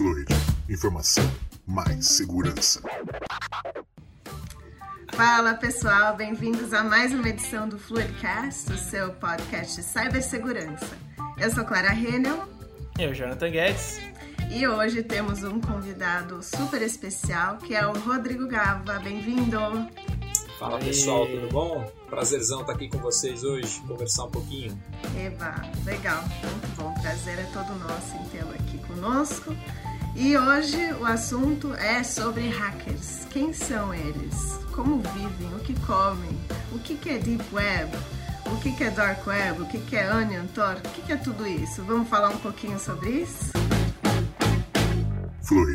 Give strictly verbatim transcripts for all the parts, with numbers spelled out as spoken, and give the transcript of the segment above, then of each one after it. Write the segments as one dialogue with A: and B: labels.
A: Fluid. Informação mais segurança.
B: Fala pessoal, bem-vindos a mais uma edição do Fluidcast, o seu podcast de cibersegurança. Eu sou Clara Renel.
C: Eu, Jonathan Guedes.
B: E hoje temos um convidado super especial, que é o Rodrigo Gava. Bem-vindo!
D: Fala pessoal, tudo bom? Prazerzão estar aqui com vocês hoje, conversar um pouquinho.
B: Eba, legal, muito bom. Prazer é todo nosso em tê-lo aqui conosco. E hoje o assunto é sobre hackers. Quem são eles? Como vivem? O que comem? O que é Deep Web? O que é Dark Web? O que é Onion, Tor? O que é tudo isso? Vamos falar um pouquinho sobre isso?
A: Fluid.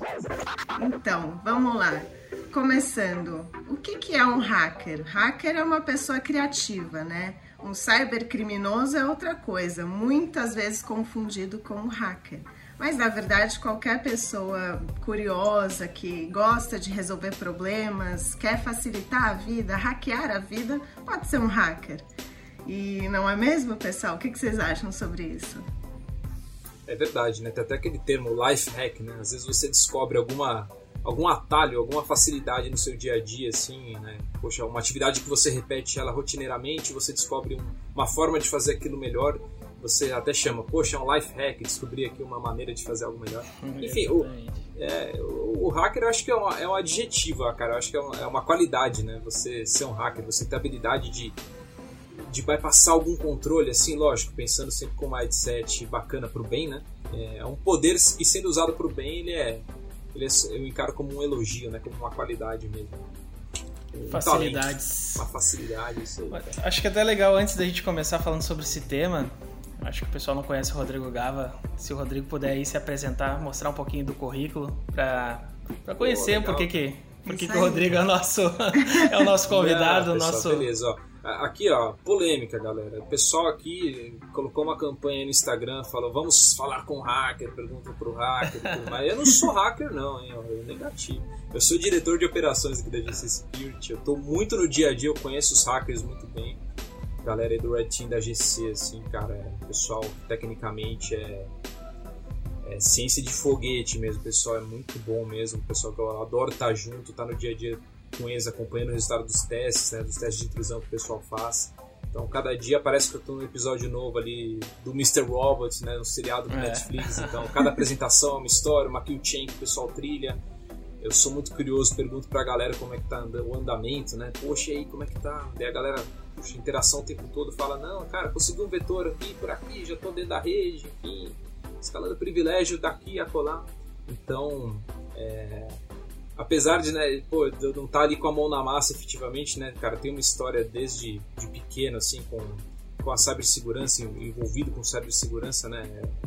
B: Então, vamos lá. Começando, o que, que é um hacker? Hacker é uma pessoa criativa, né? Um cybercriminoso é outra coisa, muitas vezes confundido com um hacker. Mas, na verdade, qualquer pessoa curiosa, que gosta de resolver problemas, quer facilitar a vida, hackear a vida, pode ser um hacker. E não é mesmo, pessoal? O que, que vocês acham sobre isso?
D: É verdade, né? Tem até aquele termo life hack, né? Às vezes você descobre alguma... algum atalho, alguma facilidade no seu dia a dia, assim, né? Poxa, uma atividade que você repete ela rotineiramente, você descobre um, uma forma de fazer aquilo melhor, você até chama, poxa, é um life hack, descobri aqui uma maneira de fazer algo melhor. Enfim, o, é, o, o hacker eu acho que é, uma, é um adjetivo, cara, eu acho que é uma, é uma qualidade, né? Você ser um hacker, você ter a habilidade de, de bypassar algum controle, assim, lógico, pensando sempre com um mindset bacana pro bem, né? É um poder que, sendo usado pro bem, ele é Ele é, eu encaro como um elogio, né? Como uma qualidade mesmo. Um
C: Facilidades.
D: Talento, uma facilidade, isso aí.
C: Acho que é até legal, antes da gente começar falando sobre esse tema, acho que o pessoal não conhece o Rodrigo Gava. Se o Rodrigo puder aí se apresentar, mostrar um pouquinho do currículo para conhecer Pô, por que que, por que, que o Rodrigo é o nosso, é o nosso convidado.
D: Não,
C: o
D: pessoal,
C: noção.
D: Beleza, ó. Aqui, ó, polêmica, galera. O pessoal aqui colocou uma campanha no Instagram, falou, vamos falar com o hacker, pergunta pro hacker, tudo mais. Eu não sou hacker não, hein, eu negativo. Eu sou diretor de operações aqui da G C Security, eu tô muito no dia a dia, eu conheço os hackers muito bem. A galera aí do Red Team da G C, assim, cara, é, o pessoal tecnicamente é, é ciência de foguete mesmo, o pessoal é muito bom mesmo, o pessoal que eu adoro estar junto, tá no dia a dia com eles, acompanhando o resultado dos testes, né, dos testes de intrusão que o pessoal faz. Então, cada dia parece que eu estou num episódio novo ali do mister Robot, né, um seriado do é. Netflix. Então, cada apresentação é uma história, uma kill chain que o pessoal trilha. Eu sou muito curioso, pergunto pra galera como é que tá o andamento, né? Poxa, e aí, como é que tá? Daí a galera, puxa, interação o tempo todo, fala, não, cara, consegui um vetor aqui, por aqui, já tô dentro da rede, enfim, escalando privilégio daqui a colar. Então, é... apesar de, né, pô, eu não estar ali com a mão na massa efetivamente, né, cara, tem uma história desde de pequeno, assim, com, com a cibersegurança, envolvido com cibersegurança, né,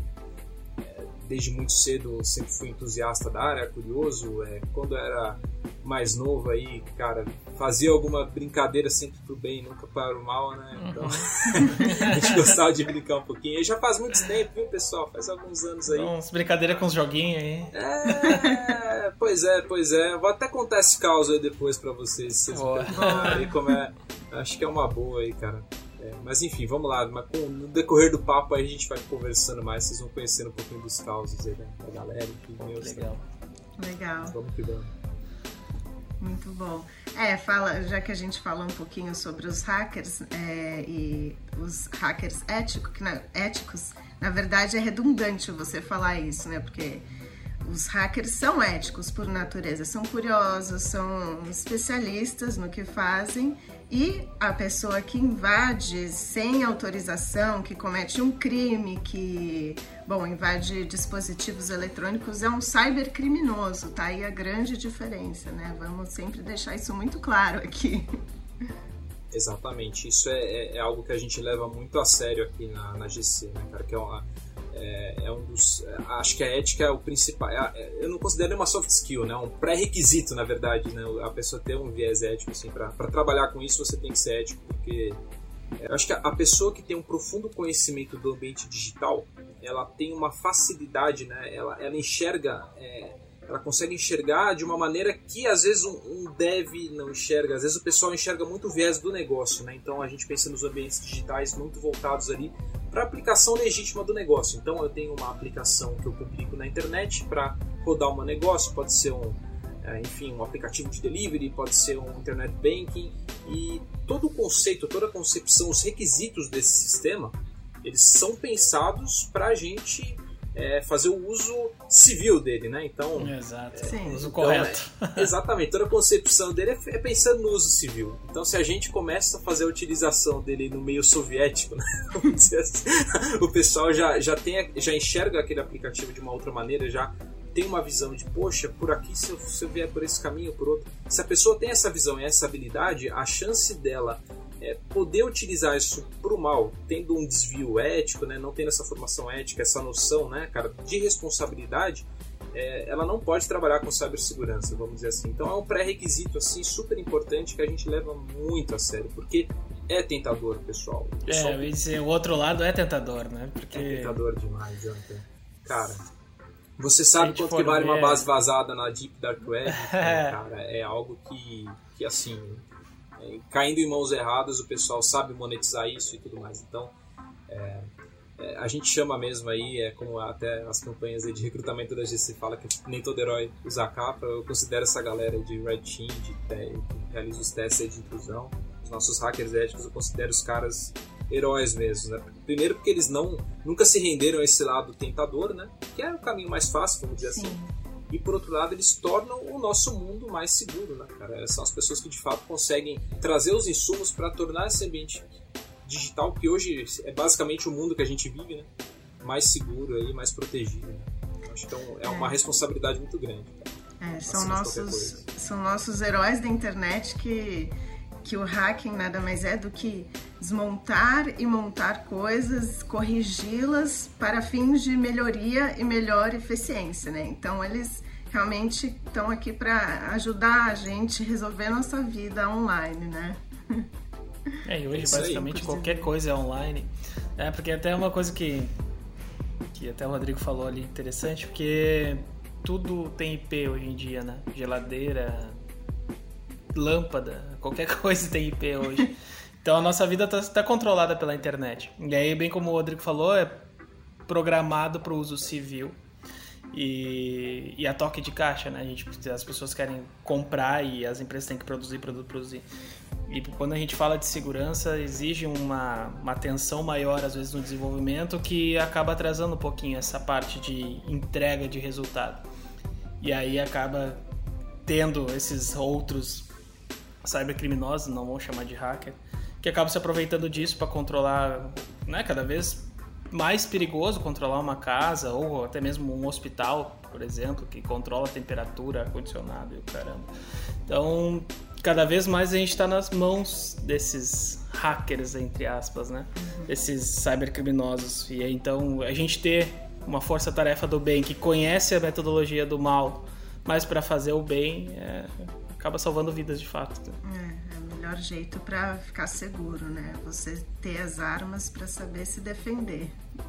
D: é, desde muito cedo sempre fui entusiasta da área, curioso, é, quando eu era mais novo aí, cara, fazia alguma brincadeira sempre pro bem, nunca para o mal, né, então a gente gostava de brincar um pouquinho, e já faz muito tempo, viu, pessoal, faz alguns anos aí.
C: Uns brincadeiras com os joguinhos aí.
D: É, pois é, pois é, vou até contar esse caos aí depois pra vocês, se vocês me perguntarem como é, acho que é uma boa aí, cara. É, mas enfim, vamos lá, mas com, no decorrer do papo aí a gente vai conversando mais, vocês vão conhecendo um pouquinho dos causos aí da, da galera, enfim, meus.
C: Legal.
D: Tá?
B: Legal.
D: Vamos que vamos.
B: Muito bom. É, fala, já que a gente falou um pouquinho sobre os hackers é, e os hackers ético, que na, éticos, na verdade é redundante você falar isso, né? Porque os hackers são éticos por natureza, são curiosos, são especialistas no que fazem, e a pessoa que invade sem autorização, que comete um crime, que, bom, invade dispositivos eletrônicos, é um cybercriminoso, tá aí a grande diferença, né? Vamos sempre deixar isso muito claro aqui.
D: Exatamente, isso é, é, é algo que a gente leva muito a sério aqui na, na G C, né, cara, que é uma... É, é um dos, acho que a ética é o principal, é, eu não considero uma soft skill, né? Um pré-requisito, na verdade, né? A pessoa ter um viés ético, assim, para trabalhar com isso você tem que ser ético, porque eu acho que a pessoa que tem um profundo conhecimento do ambiente digital, ela tem uma facilidade, né? Ela, ela enxerga, é, ela consegue enxergar de uma maneira que às vezes um, um dev não enxerga, às vezes o pessoal enxerga muito o viés do negócio, né? Então a gente pensa nos ambientes digitais muito voltados ali para aplicação legítima do negócio. Então eu tenho uma aplicação que eu publico na internet para rodar um negócio, pode ser um, enfim, um aplicativo de delivery, pode ser um internet banking, e todo o conceito, toda a concepção, os requisitos desse sistema, eles são pensados para a gente é, fazer o uso civil dele, né? Então,
C: exato,
D: é,
C: sim, uso
D: então,
C: correto.
D: É, exatamente, toda a concepção dele é, é pensando no uso civil. Então, se a gente começa a fazer a utilização dele no meio soviético, né? Vamos dizer assim, o pessoal já, já, tem, já enxerga aquele aplicativo de uma outra maneira, já tem uma visão de, poxa, por aqui, se eu, se eu vier por esse caminho ou por outro. Se a pessoa tem essa visão e essa habilidade, a chance dela é, poder utilizar isso para o mal, tendo um desvio ético, né, não tendo essa formação ética, essa noção, né, cara, de responsabilidade, é, ela não pode trabalhar com cibersegurança, vamos dizer assim. Então é um pré-requisito assim, super importante que a gente leva muito a sério, porque é tentador, pessoal. O pessoal
C: é, eu ia dizer, o outro lado é tentador, né? Porque...
D: É tentador demais, Jonathan. Cara... Você sabe quanto que vale uma base vazada na Deep Dark Web? Então, cara, é algo que, que assim, é, caindo em mãos erradas, o pessoal sabe monetizar isso e tudo mais. Então, é, é, a gente chama mesmo aí, é como até as campanhas aí de recrutamento da G C fala que nem todo herói usa capa. Eu considero essa galera de Red Team, de, que realiza os testes de intrusão, os nossos hackers éticos, eu considero os caras heróis mesmo, né? Primeiro porque eles não, nunca se renderam a esse lado tentador, né? Que é o caminho mais fácil, vamos dizer Sim. assim. E por outro lado, eles tornam o nosso mundo mais seguro, né, cara? São as pessoas que de fato conseguem trazer os insumos para tornar esse ambiente digital, que hoje é basicamente o mundo que a gente vive, né? Mais seguro e mais protegido. Né? Acho que é uma responsabilidade muito grande. Cara.
B: É, são, nossos, são nossos heróis da internet que... que o hacking nada mais é do que desmontar e montar coisas, corrigi-las para fins de melhoria e melhor eficiência, né? Então eles realmente estão aqui para ajudar a gente a resolver nossa vida online, né?
C: É, e hoje basicamente aí, qualquer coisa é online. É, porque até uma coisa que, que até o Rodrigo falou ali interessante, porque tudo tem I P hoje em dia, né? Geladeira, lâmpada, qualquer coisa tem I P hoje. Então a nossa vida está tá controlada pela internet. E aí, bem como o Rodrigo falou, é programado para o uso civil e, e a toque de caixa, né? A gente, as pessoas querem comprar e as empresas têm que produzir, produzir, produzir. E quando a gente fala de segurança, exige uma, uma atenção maior, às vezes, no desenvolvimento, que acaba atrasando um pouquinho essa parte de entrega de resultado. E aí acaba tendo esses outros cybercriminosos, não vou chamar de hacker, que acabam se aproveitando disso para controlar, né, cada vez mais perigoso controlar uma casa ou até mesmo um hospital, por exemplo, que controla a temperatura, ar-condicionado e o caramba. Então, cada vez mais a gente está nas mãos desses hackers, entre aspas, né, desses cybercriminosos. E aí, então, a gente ter uma força-tarefa do bem que conhece a metodologia do mal, mas para fazer o bem, é, acaba salvando vidas de fato.
B: É, é o melhor jeito para ficar seguro, né? Você ter as armas para saber se defender.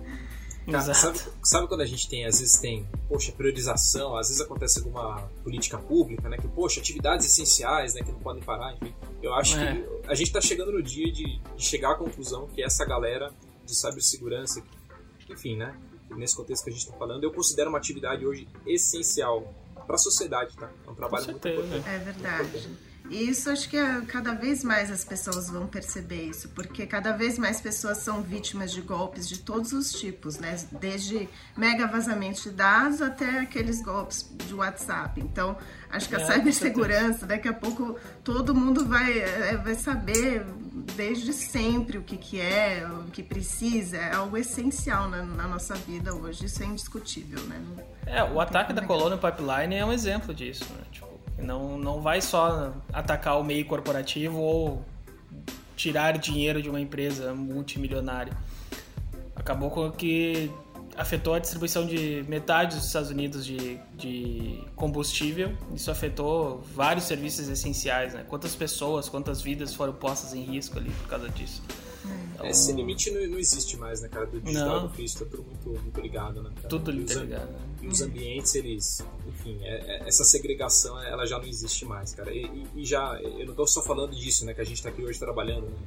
D: Cara, sabe, sabe quando a gente tem, às vezes tem, poxa, priorização, às vezes acontece alguma política pública, né? Que, poxa, atividades essenciais, né? Que não podem parar, enfim. Eu acho é. que a gente tá chegando no dia de, de chegar à conclusão que essa galera de cibersegurança, enfim, né? Nesse contexto que a gente tá falando, eu considero uma atividade hoje essencial para a sociedade, tá? É um trabalho muito importante.
B: É verdade. E isso acho que cada vez mais as pessoas vão perceber isso, porque cada vez mais pessoas são vítimas de golpes de todos os tipos, né? Desde mega vazamento de dados até aqueles golpes de WhatsApp. Então, acho que a é, cibersegurança, daqui a pouco todo mundo vai, vai saber desde sempre o que, que é, o que precisa. É algo essencial na, na nossa vida hoje, isso é indiscutível, né? Não,
C: é, o ataque da Colonial Pipeline é um exemplo disso, né? Tipo, Não, não vai só atacar o meio corporativo ou tirar dinheiro de uma empresa multimilionária. Acabou com que afetou a distribuição de metade dos Estados Unidos de, de combustível. Isso afetou vários serviços essenciais, né? Quantas pessoas, quantas vidas foram postas em risco ali por causa disso.
D: Então, esse limite não, não existe mais, né, cara? Do digital do Cristo é tudo muito, muito ligado, né, cara?
C: Tudo
D: e
C: ligado.
D: Né? E os ambientes, eles... Enfim, é, é, essa segregação, ela já não existe mais, cara. E, e já... Eu não tô só falando disso, né? Que a gente tá aqui hoje trabalhando, né, cara?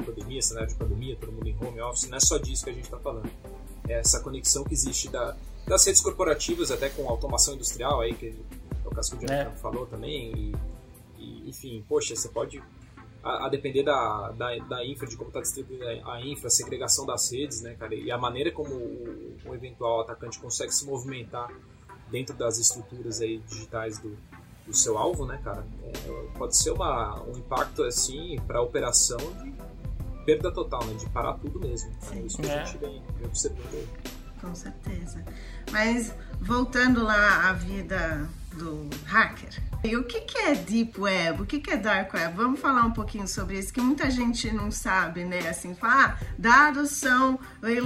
D: pandemia, cenário de pandemia, todo mundo em home office, não é só disso que a gente está falando. É essa conexão que existe da, das redes corporativas, até com automação industrial, aí, que é o caso que o Jonathan é. falou também, e, e, enfim, poxa, você pode, a, a depender da, da, da infra, de como está distribuída a infra, a segregação das redes, né, cara, e a maneira como o, o eventual atacante consegue se movimentar dentro das estruturas aí digitais do, do seu alvo, né, cara, é, pode ser uma, um impacto, assim, para a operação de perda total, né, de parar tudo mesmo. É isso que é. a gente vem, vem observando aí.
B: Com certeza. Mas, voltando lá à vida do hacker, e o que, que é Deep Web? O que, que é Dark Web? Vamos falar um pouquinho sobre isso, que muita gente não sabe, né? Assim, fala, ah, dados são,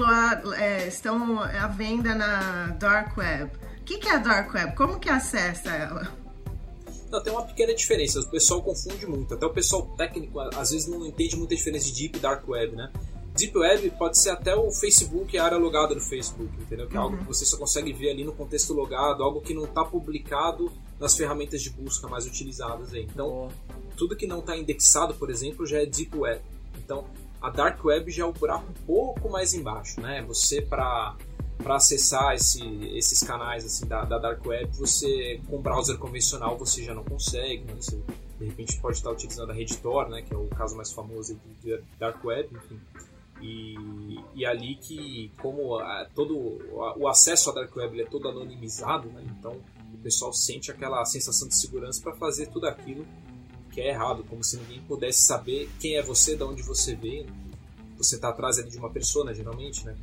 B: é, estão à venda na Dark Web. O que, que é a Dark Web? Como que acessa ela?
D: Não, tem uma pequena diferença, o pessoal confunde muito, até o pessoal técnico às vezes não entende muita diferença de Deep e Dark Web, né? Deep Web pode ser até o Facebook, a área logada do Facebook, entendeu? Que é algo que você só consegue ver ali no contexto logado, algo que não está publicado nas ferramentas de busca mais utilizadas aí. Então, tudo que não está indexado, por exemplo, já é Deep Web. Então, a Dark Web já é um buraco um pouco mais embaixo, né? Você, para para acessar esse, esses canais assim, da, da Dark Web, você com browser convencional você já não consegue, né? Você de repente pode estar utilizando a Redditor, né? Que é o caso mais famoso de, de Dark Web, enfim. E, e ali que, como a, todo a, o acesso à Dark Web é todo anonimizado, né? Então o pessoal sente aquela sensação de segurança para fazer tudo aquilo que é errado, como se ninguém pudesse saber quem é você, de onde você veio. Você está atrás ali de uma persona, geralmente, né?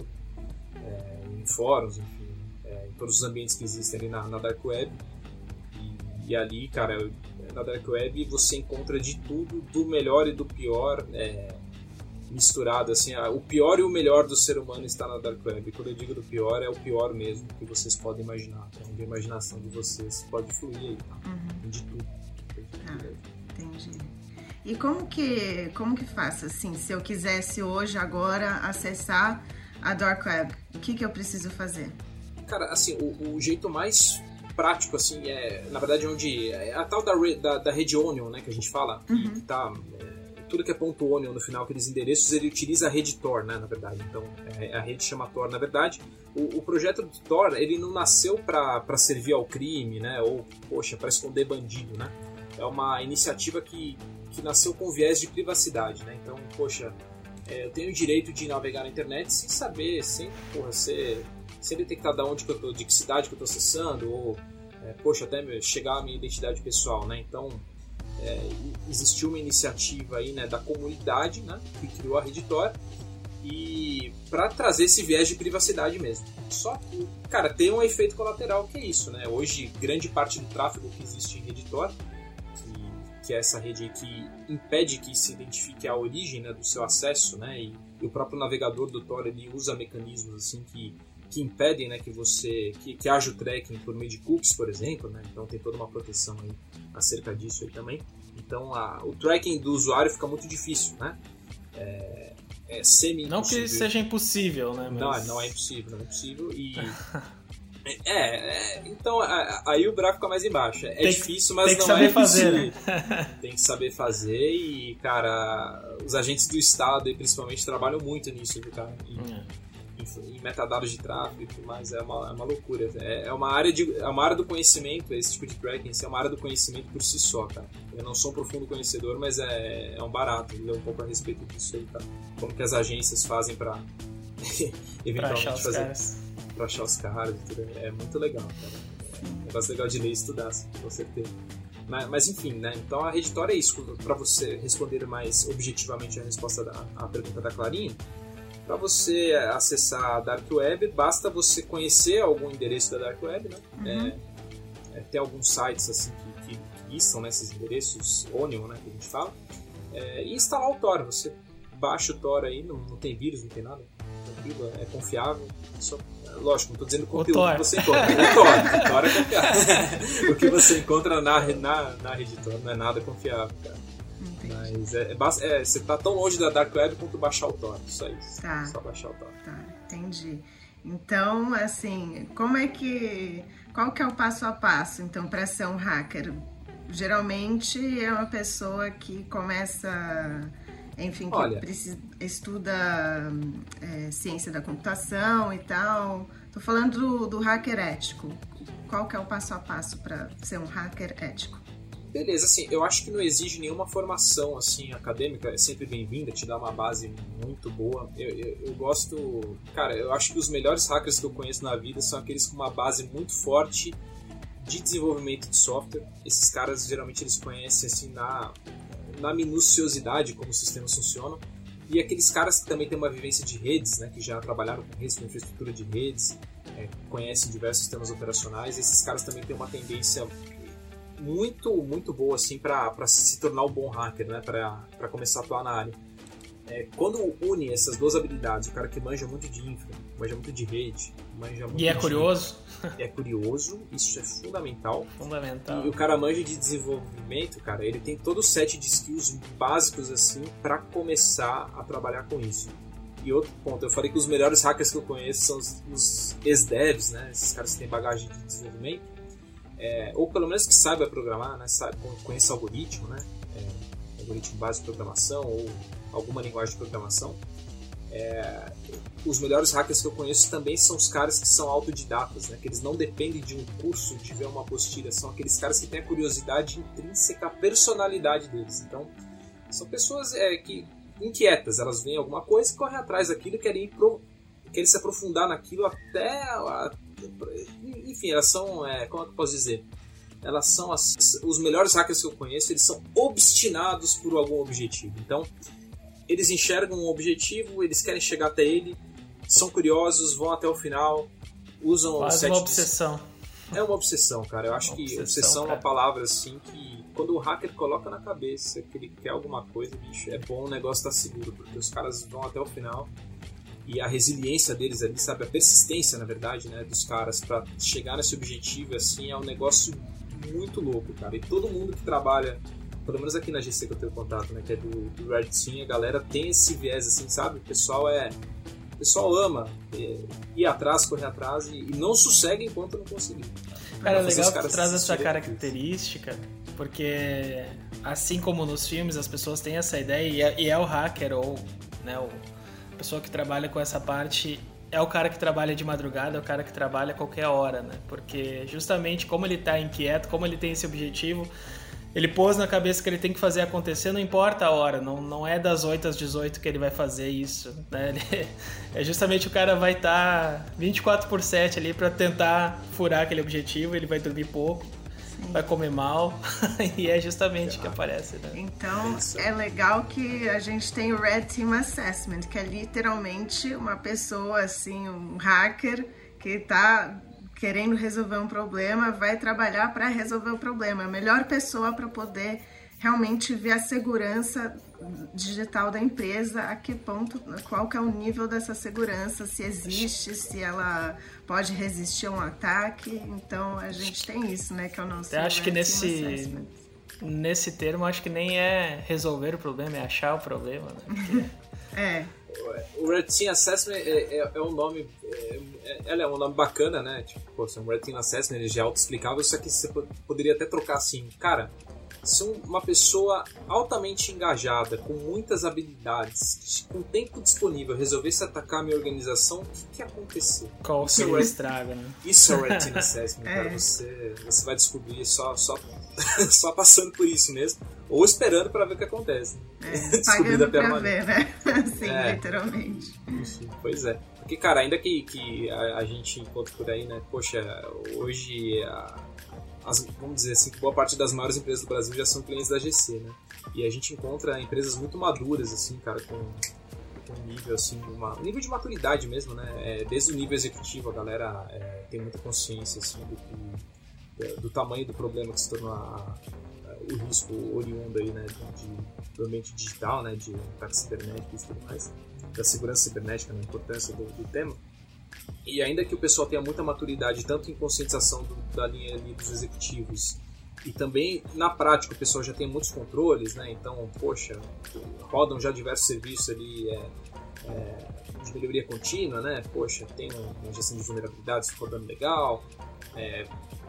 D: É, em fóruns, enfim, é, em todos os ambientes que existem ali na, na Dark Web. E, e ali, cara, na Dark Web você encontra de tudo, do melhor e do pior, é, misturado, assim, o pior e o melhor do ser humano está na Dark Web. E quando eu digo do pior, é o pior mesmo que vocês podem imaginar. Então, a imaginação de vocês pode fluir aí, tá? Uhum. De tudo.
B: Ah, entendi. E como que, como que faço, assim, se eu quisesse hoje, agora, acessar a Dark Web, o que que eu preciso fazer?
D: Cara, assim, o, o jeito mais prático, assim, é, na verdade, onde é a tal da, da, da rede Onion, né, que a gente fala, uhum. que tá... É, tudo que é ponto .onion no final, aqueles endereços, ele utiliza a rede Tor, né, na verdade. Então, é, a rede chama Tor. Na verdade, o, o projeto do Tor, ele não nasceu para servir ao crime, né, ou, poxa, para esconder bandido, né. É uma iniciativa que, que nasceu com viés de privacidade, né. Então, poxa, é, eu tenho o direito de navegar na internet sem saber, sem, porra, ser, sem detectar de onde que eu tô, de que cidade que eu tô acessando, ou, é, poxa, até chegar à minha identidade pessoal, né. Então, É, existiu uma iniciativa aí, né, da comunidade, né, que criou a Redditor, e para trazer esse viés de privacidade mesmo. Só que, cara, tem um efeito colateral que é isso, né? Hoje, grande parte do tráfego que existe em Redditor, que, que é essa rede aí que impede que se identifique a origem, né, do seu acesso, né, e, e o próprio navegador do Tor, ele usa mecanismos assim que que impedem, né, que você que, que haja o tracking por meio de cookies, por exemplo, né? Então tem toda uma proteção aí acerca disso aí também. Então a, o tracking do usuário fica muito difícil, né? É, é semi-impossível.
C: Não que seja impossível, né? Mas...
D: Não, não é impossível, não é impossível e é, é, então aí o buraco fica mais embaixo. É tem difícil, mas não é impossível. Né? Tem que saber fazer e, cara, os agentes do Estado, principalmente, trabalham muito nisso, cara. E, hum. em metadados de tráfego e tudo mais, é uma, é uma loucura. É, é, uma área de, é uma área do conhecimento, esse tipo de tracking, é uma área do conhecimento por si só, cara. Eu não sou um profundo conhecedor, mas é, é um barato, ler um pouco a respeito disso aí, tá? Como que as agências fazem pra eventualmente
C: pra achar
D: fazer...
C: Caras.
D: Pra achar os caras e tudo. É muito legal, cara. É um negócio legal de ler e estudar, com certeza. Mas, mas enfim, né? Então a Redditor é isso. Pra você responder mais objetivamente a resposta da a pergunta da Clarinha, para você acessar a Dark Web, basta você conhecer algum endereço da Dark Web, né? Uhum. É, é, tem alguns sites assim que, que listam, né, esses endereços, Onion, né, que a gente fala, é, e instalar o Tor. Você baixa o Tor aí, não, não tem vírus, não tem nada, tranquilo, é confiável. Só, lógico, não estou dizendo o conteúdo que você encontra. O Tor, o Tor é confiável. O que você encontra na, na, na Redditor não é nada confiável, cara. Mas é, é, é, você tá tão longe da Dark Web quanto baixar o Tor, só isso. Tá. Só baixar o Tor.
B: Tá, entendi. Então, assim, como é que... Qual que é o passo a passo, então, para ser um hacker? Geralmente é uma pessoa que começa... enfim, que
D: Olha,
B: precisa, estuda é, ciência da computação e tal. Tô falando do, do hacker ético. Qual que é o passo a passo para ser um hacker ético?
D: Beleza, assim, eu acho que não exige nenhuma formação assim acadêmica, é sempre bem-vinda, te dá uma base muito boa. Eu, eu, eu gosto, cara, eu acho que os melhores hackers que eu conheço na vida são aqueles com uma base muito forte de desenvolvimento de software. Esses caras geralmente eles conhecem assim na, na minuciosidade como os sistemas funcionam. E aqueles caras que também têm uma vivência de redes, né, que já trabalharam com redes, com infraestrutura de redes, é, conhecem diversos sistemas operacionais. Esses caras também têm uma tendência muito, muito boa assim, para se tornar um bom hacker, né, para começar a atuar na área. É, quando une essas duas habilidades, o cara que manja muito de infra, manja muito de rede, manja muito
C: e é
D: de...
C: curioso.
D: É curioso, isso é fundamental.
C: Fundamental.
D: E o cara manja de desenvolvimento, cara, ele tem todo o set de skills básicos assim para começar a trabalhar com isso. E outro ponto, eu falei que os melhores hackers que eu conheço são os, os ex-devs, né? Esses caras que têm bagagem de desenvolvimento, é, ou pelo menos que saibam programar, né? Sabe, conheça algoritmo, né? É, algoritmo básico de programação ou alguma linguagem de programação. É, os melhores hackers que eu conheço também são os caras que são autodidatas, né? Que eles não dependem de um curso, de ver uma apostila, são aqueles caras que têm a curiosidade intrínseca, a personalidade deles. Então, são pessoas é, que inquietas, elas veem alguma coisa e correm atrás daquilo e querem, ir pro, querem se aprofundar naquilo até... A, enfim, elas são... É, como é que eu posso dizer? Elas são as, os melhores hackers que eu conheço, eles são obstinados por algum objetivo. Então, eles enxergam um objetivo, eles querem chegar até ele, são curiosos, vão até o final, usam...
C: Quase
D: o
C: uma obsessão.
D: De... É uma obsessão, cara. Eu acho uma que obsessão, obsessão é uma palavra assim que quando o hacker coloca na cabeça que ele quer alguma coisa, bicho, é bom o negócio estar seguro, porque os caras vão até o final e a resiliência deles ali, sabe? A persistência, na verdade, né, dos caras pra chegar nesse objetivo, assim, é um negócio muito louco, cara. E todo mundo que trabalha, pelo menos aqui na G C que eu tenho contato, né, que é do, do Red Team, a galera tem esse viés, assim, sabe? O pessoal é... O pessoal ama é, ir atrás, correr atrás e, e não sossega enquanto não conseguir.
C: Cara, é legal que tu traz essa característica, porque assim como nos filmes as pessoas têm essa ideia e é, e é o hacker ou, né, o, a pessoa que trabalha com essa parte é o cara que trabalha de madrugada, é o cara que trabalha a qualquer hora, né? Porque justamente como ele tá inquieto, como ele tem esse objetivo, ele pôs na cabeça que ele tem que fazer acontecer, não importa a hora, não, não é das oito às dezoito que ele vai fazer isso, né? Ele, é justamente o cara vai estar tá vinte e quatro por sete ali para tentar furar aquele objetivo, ele vai dormir pouco, sim, vai comer mal, e é justamente o que aparece, né?
B: Então, é legal que a gente tem o Red Team Assessment, que é literalmente uma pessoa, assim, um hacker que tá... querendo resolver um problema, vai trabalhar para resolver o problema. A melhor pessoa para poder realmente ver a segurança digital da empresa, a que ponto, qual que é o nível dessa segurança, se existe, se ela pode resistir a um ataque. Então, a gente tem isso, né, que é o nosso...
C: Eu acho que nesse, nesse termo, acho que nem é resolver o problema, é achar o problema, né? Porque...
B: é.
D: O Red Team Assessment é, é, é um nome é, é, é um nome bacana, né? Tipo, pô, um Red Team Assessment ele já é autoexplicável, só que você poderia até trocar assim, cara, se uma pessoa altamente engajada, com muitas habilidades, com tempo disponível, resolvesse atacar a minha organização, o que, que ia acontecer?
C: Qual
D: isso
C: é o estrago, né?
D: Isso é o Red Team Assessment, cara. É. Você, você vai descobrir só, só, só passando por isso mesmo, ou esperando para ver o que acontece.
B: É, pagando pra ver, né? Sim, é, literalmente.
D: Isso, pois é. Porque, cara, ainda que, que a, a gente encontre por aí, né? Poxa, hoje, a, as, vamos dizer assim, que boa parte das maiores empresas do Brasil já são clientes da G C, né? E a gente encontra empresas muito maduras, assim, cara, com, com um nível, assim, uma, um nível de maturidade mesmo, né? É, desde o nível executivo, a galera é, tem muita consciência, assim, do, que, do tamanho do problema que se tornou a, a, o risco oriundo aí, né? De, do ambiente digital, né, de ataques cibernéticos e tudo mais, da segurança cibernética, né, a importância do, do tema. E ainda que o pessoal tenha muita maturidade, tanto em conscientização do, da linha ali dos executivos, e também na prática o pessoal já tem muitos controles, né, então, poxa, rodam já diversos serviços ali é, é, de melhoria contínua, né, poxa, tem uma gestão de vulnerabilidades rodando legal, é,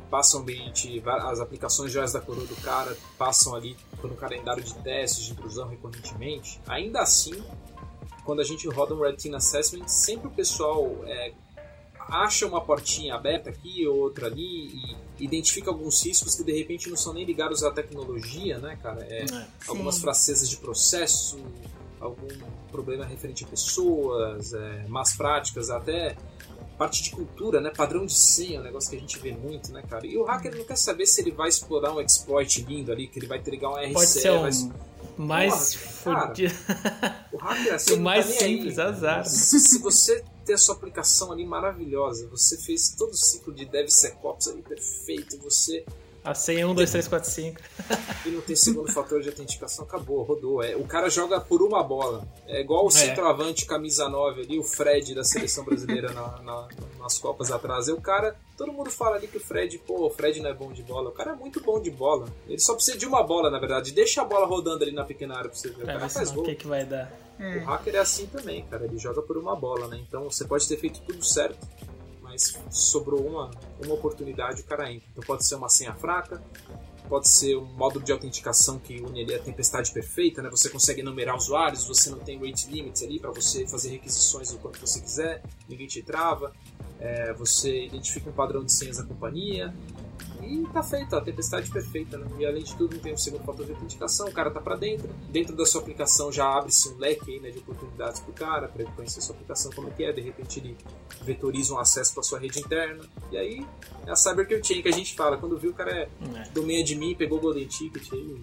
D: passa o ambiente, as aplicações joias da coroa do cara passam ali por um calendário de testes de intrusão recorrentemente, ainda assim, quando a gente roda um Red Team Assessment, sempre o pessoal é, acha uma portinha aberta aqui, outra ali, e identifica alguns riscos que de repente não são nem ligados à tecnologia, né, cara? É, é, algumas fraquezas de processo, algum problema referente a pessoas, é, más práticas, até parte de cultura, né? Padrão de senha, um negócio que a gente vê muito, né, cara? E o hacker não quer saber se ele vai explorar um exploit lindo ali, que ele vai entregar um R C.
C: Pode ser um...
D: vai...
C: mais fodido.
D: O hacker assim,
C: o mais
D: tá
C: simples,
D: aí,
C: azar.
D: Se, se você ter a sua aplicação ali maravilhosa, você fez todo o ciclo de DevSecOps ali perfeito, você...
C: A senha um, dois, três, quatro, cinco.
D: E não tem segundo fator de autenticação, acabou, rodou. É, o cara joga por uma bola. É igual o é. centroavante camisa nove ali, o Fred da seleção brasileira na, na, nas Copas atrás. E o cara, todo mundo fala ali que o Fred, pô, o Fred não é bom de bola. O cara é muito bom de bola. Ele só precisa de uma bola, na verdade. Deixa a bola rodando ali na pequena área pra você ver. O cara faz gol.
C: O que, que vai dar?
D: É. O hacker é assim também, cara. Ele joga por uma bola, né? Então você pode ter feito tudo certo, mas sobrou uma, uma oportunidade, o cara entra. Então pode ser uma senha fraca, pode ser um módulo de autenticação que une ali a tempestade perfeita, né? Você consegue numerar usuários, você não tem rate limits ali para você fazer requisições do quanto você quiser, ninguém te trava, é, você identifica um padrão de senhas da companhia e tá feito, a tempestade perfeita, né? E além de tudo não tem um segundo fator de autenticação, o cara tá para dentro, dentro da sua aplicação já abre-se um leque aí, né, de oportunidades pro cara, para ele conhecer a sua aplicação como é que é, de repente ele vetoriza um acesso para sua rede interna, e aí é a Cyber Kill Chain que a gente fala, quando viu o cara é do meio de mim, pegou o Golden Ticket aí.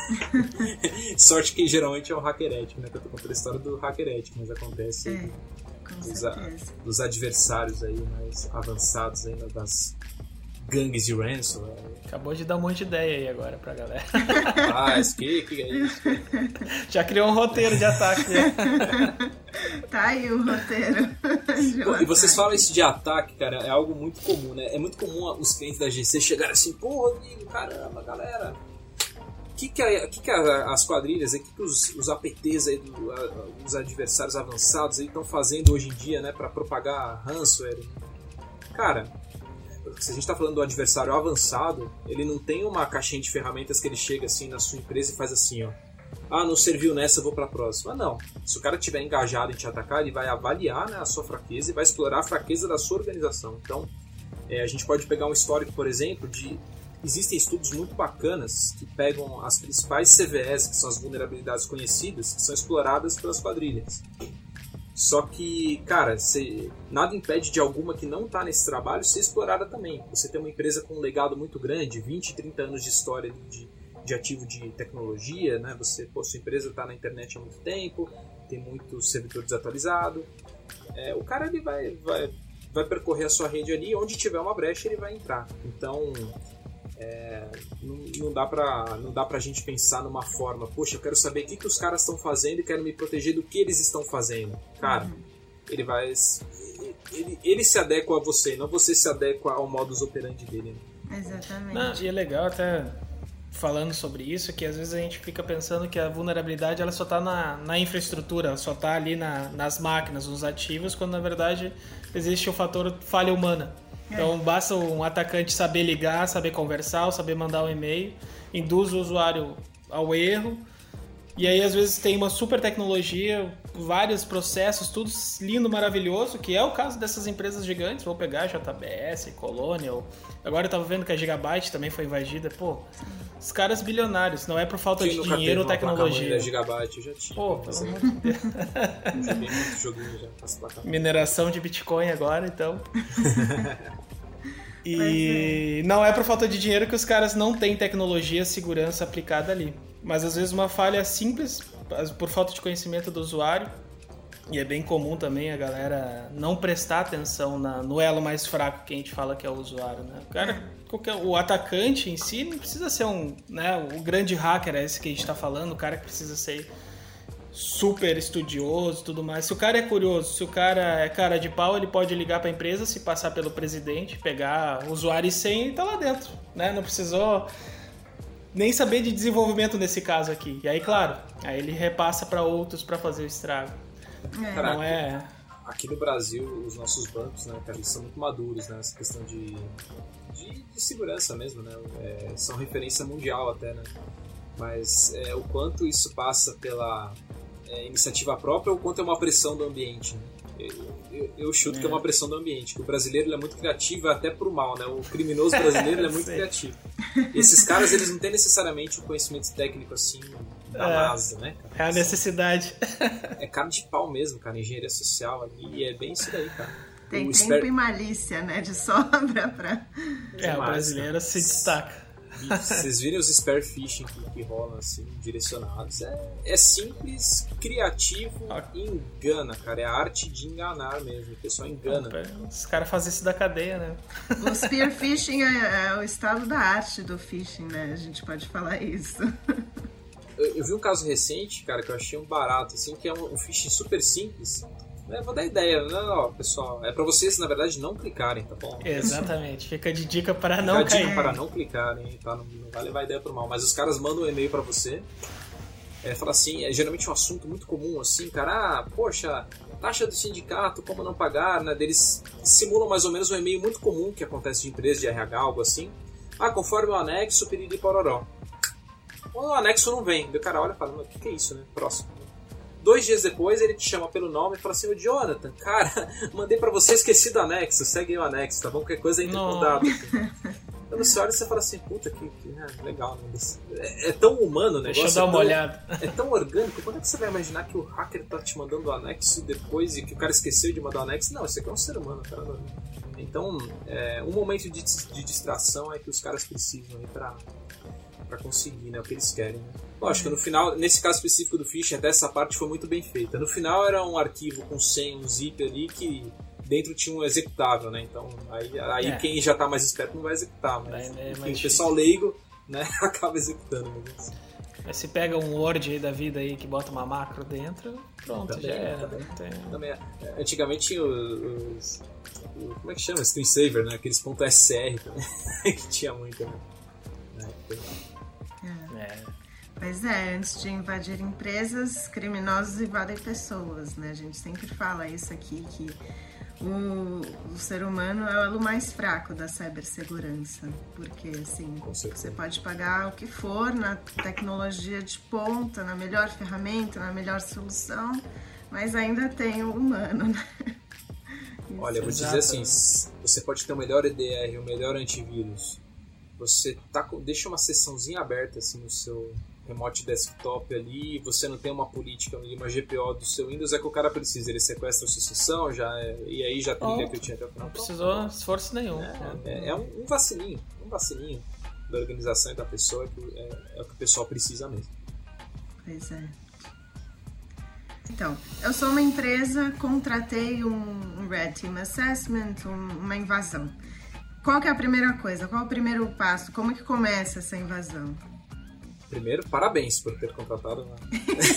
D: Sorte que geralmente é um hacker ético, né, que eu tô contando a história do hacker ético, mas acontece
B: é,
D: dos, a, dos adversários aí mais avançados ainda das gangues de ransomware.
C: Acabou de dar um monte de ideia aí agora pra galera.
D: Ah, isso que, que é isso?
C: Já criou um roteiro de ataque. Né?
B: Tá aí o roteiro.
D: Pô, e vocês falam isso de ataque, cara, é algo muito comum, né? É muito comum os clientes da G C chegarem assim, pô, Rodrigo, caramba, galera, o que que, é, que, que é as quadrilhas, o que, que os, os A P Ts aí, do, os adversários avançados aí estão fazendo hoje em dia, né, pra propagar ransomware? Cara, se a gente está falando do adversário avançado, ele não tem uma caixinha de ferramentas que ele chega assim na sua empresa e faz assim, ó, ah, não serviu nessa, eu vou para a próxima. Não, se o cara estiver engajado em te atacar, ele vai avaliar, né, a sua fraqueza e vai explorar a fraqueza da sua organização. Então, é, a gente pode pegar um histórico, por exemplo, de... Existem estudos muito bacanas que pegam as principais C V Es, que são as vulnerabilidades conhecidas, que são exploradas pelas quadrilhas. Só que, cara, cê, nada impede de alguma que não está nesse trabalho ser explorada também. Você tem uma empresa com um legado muito grande, vinte, trinta anos de história de, de ativo de tecnologia, né? Você, pô, sua empresa está na internet há muito tempo, tem muito servidor desatualizado. É, o cara ele vai, vai, vai percorrer a sua rede ali, onde tiver uma brecha ele vai entrar. Então... É, não, não, dá pra, não dá pra gente pensar numa forma, poxa, eu quero saber o que, que os caras estão fazendo e quero me proteger do que eles estão fazendo. Cara, uhum. ele vai ele, ele se adequa a você, não você se adequa ao modus operandi dele, né?
B: Exatamente.
C: Não, e é legal até falando sobre isso, que às vezes a gente fica pensando que a vulnerabilidade ela só tá na, na infraestrutura, ela só tá ali na, nas máquinas, nos ativos, quando na verdade existe o fator falha humana. Então basta um atacante saber ligar, saber conversar, saber mandar um e-mail, induz o usuário ao erro, e aí às vezes tem uma super tecnologia, vários processos, tudo lindo, maravilhoso, que é o caso dessas empresas gigantes. Vou pegar a J B S, Colonial, agora eu tava vendo que a Gigabyte também foi invadida. Pô, os caras bilionários, não é por falta Quem de dinheiro ou tecnologia.
D: Da Gigabyte, eu já tinha.
C: Pô, pelo amor de Deus.
D: Eu joguei muito joguinho já.
C: Mineração de Bitcoin agora, então... E é. não é por falta de dinheiro que os caras não têm tecnologia, segurança aplicada ali. Mas às vezes uma falha simples, por falta de conhecimento do usuário, e é bem comum também a galera não prestar atenção na, no elo mais fraco que a gente fala que é o usuário, né? O cara, qualquer, o atacante em si não precisa ser um, né, o grande hacker, é esse que a gente está falando, o cara que precisa ser super estudioso e tudo mais. Se o cara é curioso, se o cara é cara de pau, ele pode ligar para a empresa, se passar pelo presidente, pegar usuário e senha e tá lá dentro, né? Não precisou nem saber de desenvolvimento nesse caso aqui. E aí, claro, aí ele repassa para outros para fazer o estrago.
B: É.
C: Não é...
D: aqui no Brasil, os nossos bancos, né, cara, eles são muito maduros, né, nessa questão de, de, de segurança mesmo, né, é, são referência mundial até, né, mas é, o quanto isso passa pela é, iniciativa própria ou o quanto é uma pressão do ambiente, né? Eu, eu, eu chuto é. que é uma pressão do ambiente, que o brasileiro ele é muito criativo até pro mal, né? O criminoso brasileiro ele é muito criativo. E esses caras, eles não têm necessariamente o conhecimento técnico assim da é. NASA, né, cara?
C: É a necessidade.
D: É cara de pau mesmo, cara, engenharia social ali, e é bem isso daí, cara.
B: Tem o tempo esper... e malícia, né, de sobra pra...
C: É, Demais, o brasileiro cara. se destaca.
D: Vocês viram os spear phishing que, que rolam assim, direcionados. É, é simples, criativo e engana, cara. É a arte de enganar mesmo. O pessoal engana.
C: Os caras fazem isso da cadeia, né?
B: O spear phishing é, é o estado da arte do phishing, né? A gente pode falar isso.
D: Eu, eu vi um caso recente, cara, que eu achei um barato, assim, que é um, um phishing super simples. É, vou dar ideia, né, ó, pessoal? É pra vocês, na verdade, não clicarem, tá bom?
C: Exatamente. Fica de dica para não
D: Fica
C: cair.
D: dica para não clicarem, tá? Não, não vai levar ideia pro mal. Mas os caras mandam um e-mail pra você. É, fala assim, é geralmente um assunto muito comum, assim, cara, ah, poxa, taxa do sindicato, como não pagar, né? Eles simulam mais ou menos um e-mail muito comum que acontece de empresa, de R H, algo assim. Ah, conforme o anexo, piriri pororó. O anexo não vem. O cara olha e fala, o que, que é isso, né? Próximo. Dois dias depois ele te chama pelo nome e fala assim, ô Jonathan, cara, mandei pra você, esqueci do anexo, segue aí o anexo, tá bom? Qualquer coisa entra em contato. Então você olha e você fala assim, puta, que, que ah, legal, né? É, é tão humano o negócio.
C: Deixa eu dar
D: é
C: uma
D: tão,
C: olhada.
D: É tão orgânico, quando é que você vai imaginar que o hacker tá te mandando o anexo depois e que o cara esqueceu de mandar o anexo? Não, isso aqui é um ser humano, cara. Então, é, um momento de, de distração é que os caras precisam aí pra, pra conseguir, né, o que eles querem, né? Lógico, no final, nesse caso específico do phishing, até essa parte foi muito bem feita. No final era um arquivo com senha, um zip ali, que dentro tinha um executável, né? Então, aí, aí é. quem já tá mais esperto não vai executar, mas é, é o pessoal leigo, né, acaba executando. Mas...
C: Aí se pega um Word aí da vida aí que bota uma macro dentro, pronto, também, já era.
D: Também,
C: tem...
D: também é. Antigamente tinha os, os... Como é que chama? Screensaver, né? Aqueles .sr também, que tinha muito, né?
B: É. é. Pois é, antes de invadir empresas, criminosos invadem pessoas, né? A gente sempre fala isso aqui, que o, o ser humano é o elo mais fraco da cibersegurança, porque, assim, você pode pagar o que for na tecnologia de ponta, na melhor ferramenta, na melhor solução, mas ainda tem o humano, né?
D: Olha, eu vou dizer assim, você pode ter o melhor E D R, o melhor antivírus, você tá, deixa uma seçãozinha aberta assim no seu... remote desktop ali, você não tem uma política, uma G P O do seu Windows, é que o cara precisa, ele sequestra a sua sessão, já é, e aí já trilha oh, que eu tinha até o final.
C: Não precisou esforço nenhum.
D: É, é, é um, um vacilinho, um vacilinho da organização e da pessoa, que é, é o que o pessoal precisa mesmo.
B: Pois é. Então, eu sou uma empresa, contratei um, um Red Team Assessment, um, uma invasão. Qual que é a primeira coisa? Qual é o primeiro passo? Como que começa essa invasão?
D: Primeiro, parabéns por ter contratado uma...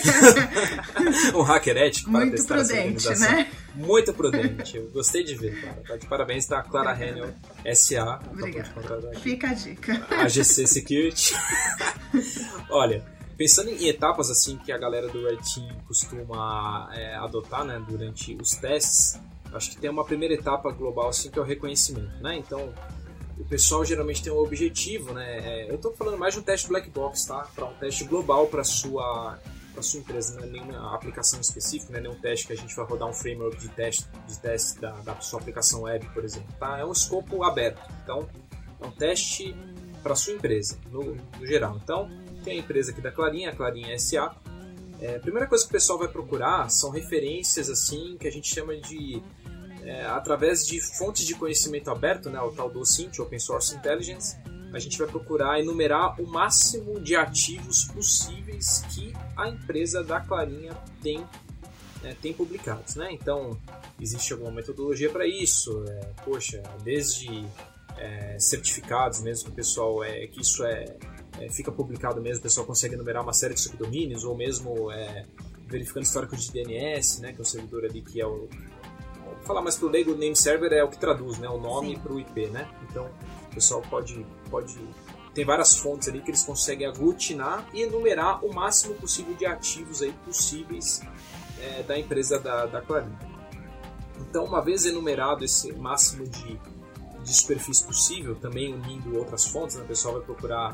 D: um hacker ético para
B: muito
D: testar essa organização.
B: Muito prudente, né?
D: Muito prudente. Eu gostei de ver, cara. Tá de parabéns, tá? Clara Hennel, S A.
B: Obrigada. Fica a dica.
D: A G C Security. Olha, pensando em etapas assim que a galera do Red Team costuma é, adotar, né, durante os testes, acho que tem uma primeira etapa global assim que é o reconhecimento, né? Então, o pessoal geralmente tem um objetivo, né? É, eu estou falando mais de um teste black box, tá? Para um teste global para sua para sua empresa, não é nenhuma aplicação específica, não é nenhum teste que a gente vai rodar um framework de teste de teste da, da sua aplicação web, por exemplo, tá? É um escopo aberto. Então, é um teste para sua empresa, no, no geral. Então, tem a empresa aqui da Clarinha, a Clarinha S A. É, a primeira coisa que o pessoal vai procurar são referências assim que a gente chama de É, através de fontes de conhecimento aberto, né, o tal do O S I N T, Open Source Intelligence, a gente vai procurar enumerar o máximo de ativos possíveis que a empresa da Clarinha tem, é, tem publicados, né? Então, existe alguma metodologia para isso, é, poxa, desde é, certificados mesmo, que o pessoal, é, que isso é, é, fica publicado mesmo, o pessoal consegue enumerar uma série de subdomínios, ou mesmo é, verificando histórico de D N S, né, que é o servidor ali que é o falar mais pro leigo, o name server é o que traduz, né, o nome para o I P, né? Então, o pessoal pode, pode... Tem várias fontes ali que eles conseguem aglutinar e enumerar o máximo possível de ativos aí possíveis é, da empresa da, da Clarinha. Então, uma vez enumerado esse máximo de, de superfície possível, também unindo outras fontes, né? O pessoal vai procurar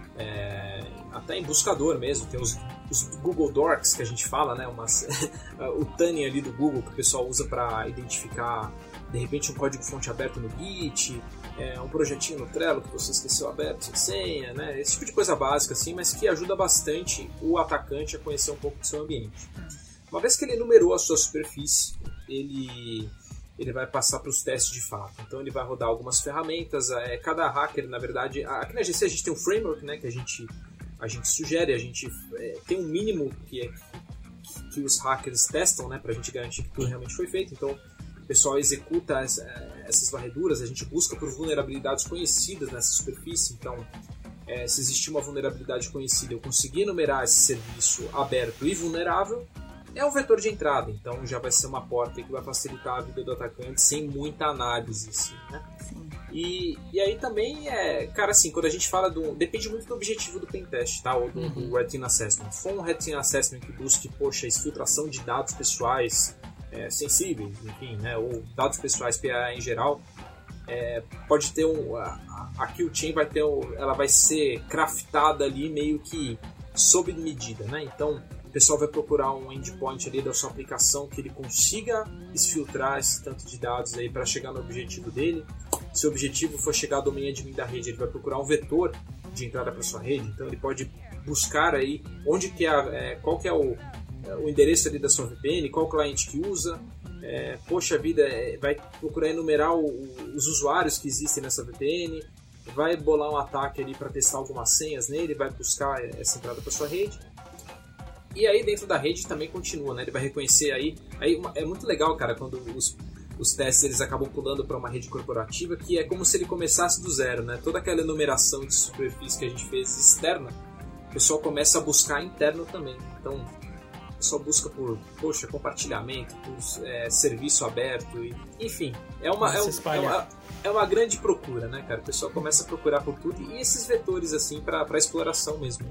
D: é, até em buscador mesmo, tem os, os Google Docs que a gente fala, né? Umas, o Tunnel ali do Google que o pessoal usa para identificar de repente um código-fonte aberto no Git, é, um projetinho no Trello que você esqueceu aberto sem senha, né? Esse tipo de coisa básica assim, mas que ajuda bastante o atacante a conhecer um pouco do seu ambiente. Uma vez que ele enumerou a sua superfície, ele, ele vai passar para os testes de fato. Então ele vai rodar algumas ferramentas. É, cada hacker, na verdade, aqui na G C a gente tem um framework, né, que a gente, a gente sugere, a gente é, tem um mínimo que, é, que, que os hackers testam, né, para a gente garantir que tudo realmente foi feito. Então o pessoal executa essa, essas varreduras, a gente busca por vulnerabilidades conhecidas nessa superfície. Então, é, se existir uma vulnerabilidade conhecida, eu conseguir enumerar esse serviço aberto e vulnerável, é um vetor de entrada. Então, já vai ser uma porta que vai facilitar a vida do atacante sem muita análise, assim, né?
B: Sim.
D: E, e aí também, é, cara, assim, quando a gente fala do... Depende muito do objetivo do pentest, tá? Ou do, uhum. do Red Team Assessment. Se for um Red Team Assessment que busque, poxa, exfiltração de dados pessoais É, sensíveis, enfim, né, ou dados pessoais P I A em geral, é, pode ter um, a, a kill chain vai ter, ela vai ser craftada ali meio que sob medida, né? Então o pessoal vai procurar um endpoint ali da sua aplicação que ele consiga exfiltrar esse tanto de dados aí para chegar no objetivo dele. Se o objetivo for chegar ao domínio admin da rede, ele vai procurar um vetor de entrada para sua rede. Então ele pode buscar aí onde que é, é qual que é o o endereço ali da sua V P N, qual cliente que usa, é, poxa vida, é, vai procurar enumerar o, o, os usuários que existem nessa V P N, vai bolar um ataque ali para testar algumas senhas nele, vai buscar essa entrada para sua rede. E aí dentro da rede também continua, né? Ele vai reconhecer aí, aí uma, é muito legal, cara, quando os, os testes eles acabam pulando para uma rede corporativa, que é como se ele começasse do zero, né? Toda aquela enumeração de superfície que a gente fez externa, o pessoal começa a buscar interno também. Então só busca por, poxa, compartilhamento, por é, serviço aberto, e, enfim, é uma, é, um, é, uma, é uma grande procura, né, cara? O pessoal começa a procurar por tudo, e esses vetores, assim, para exploração mesmo.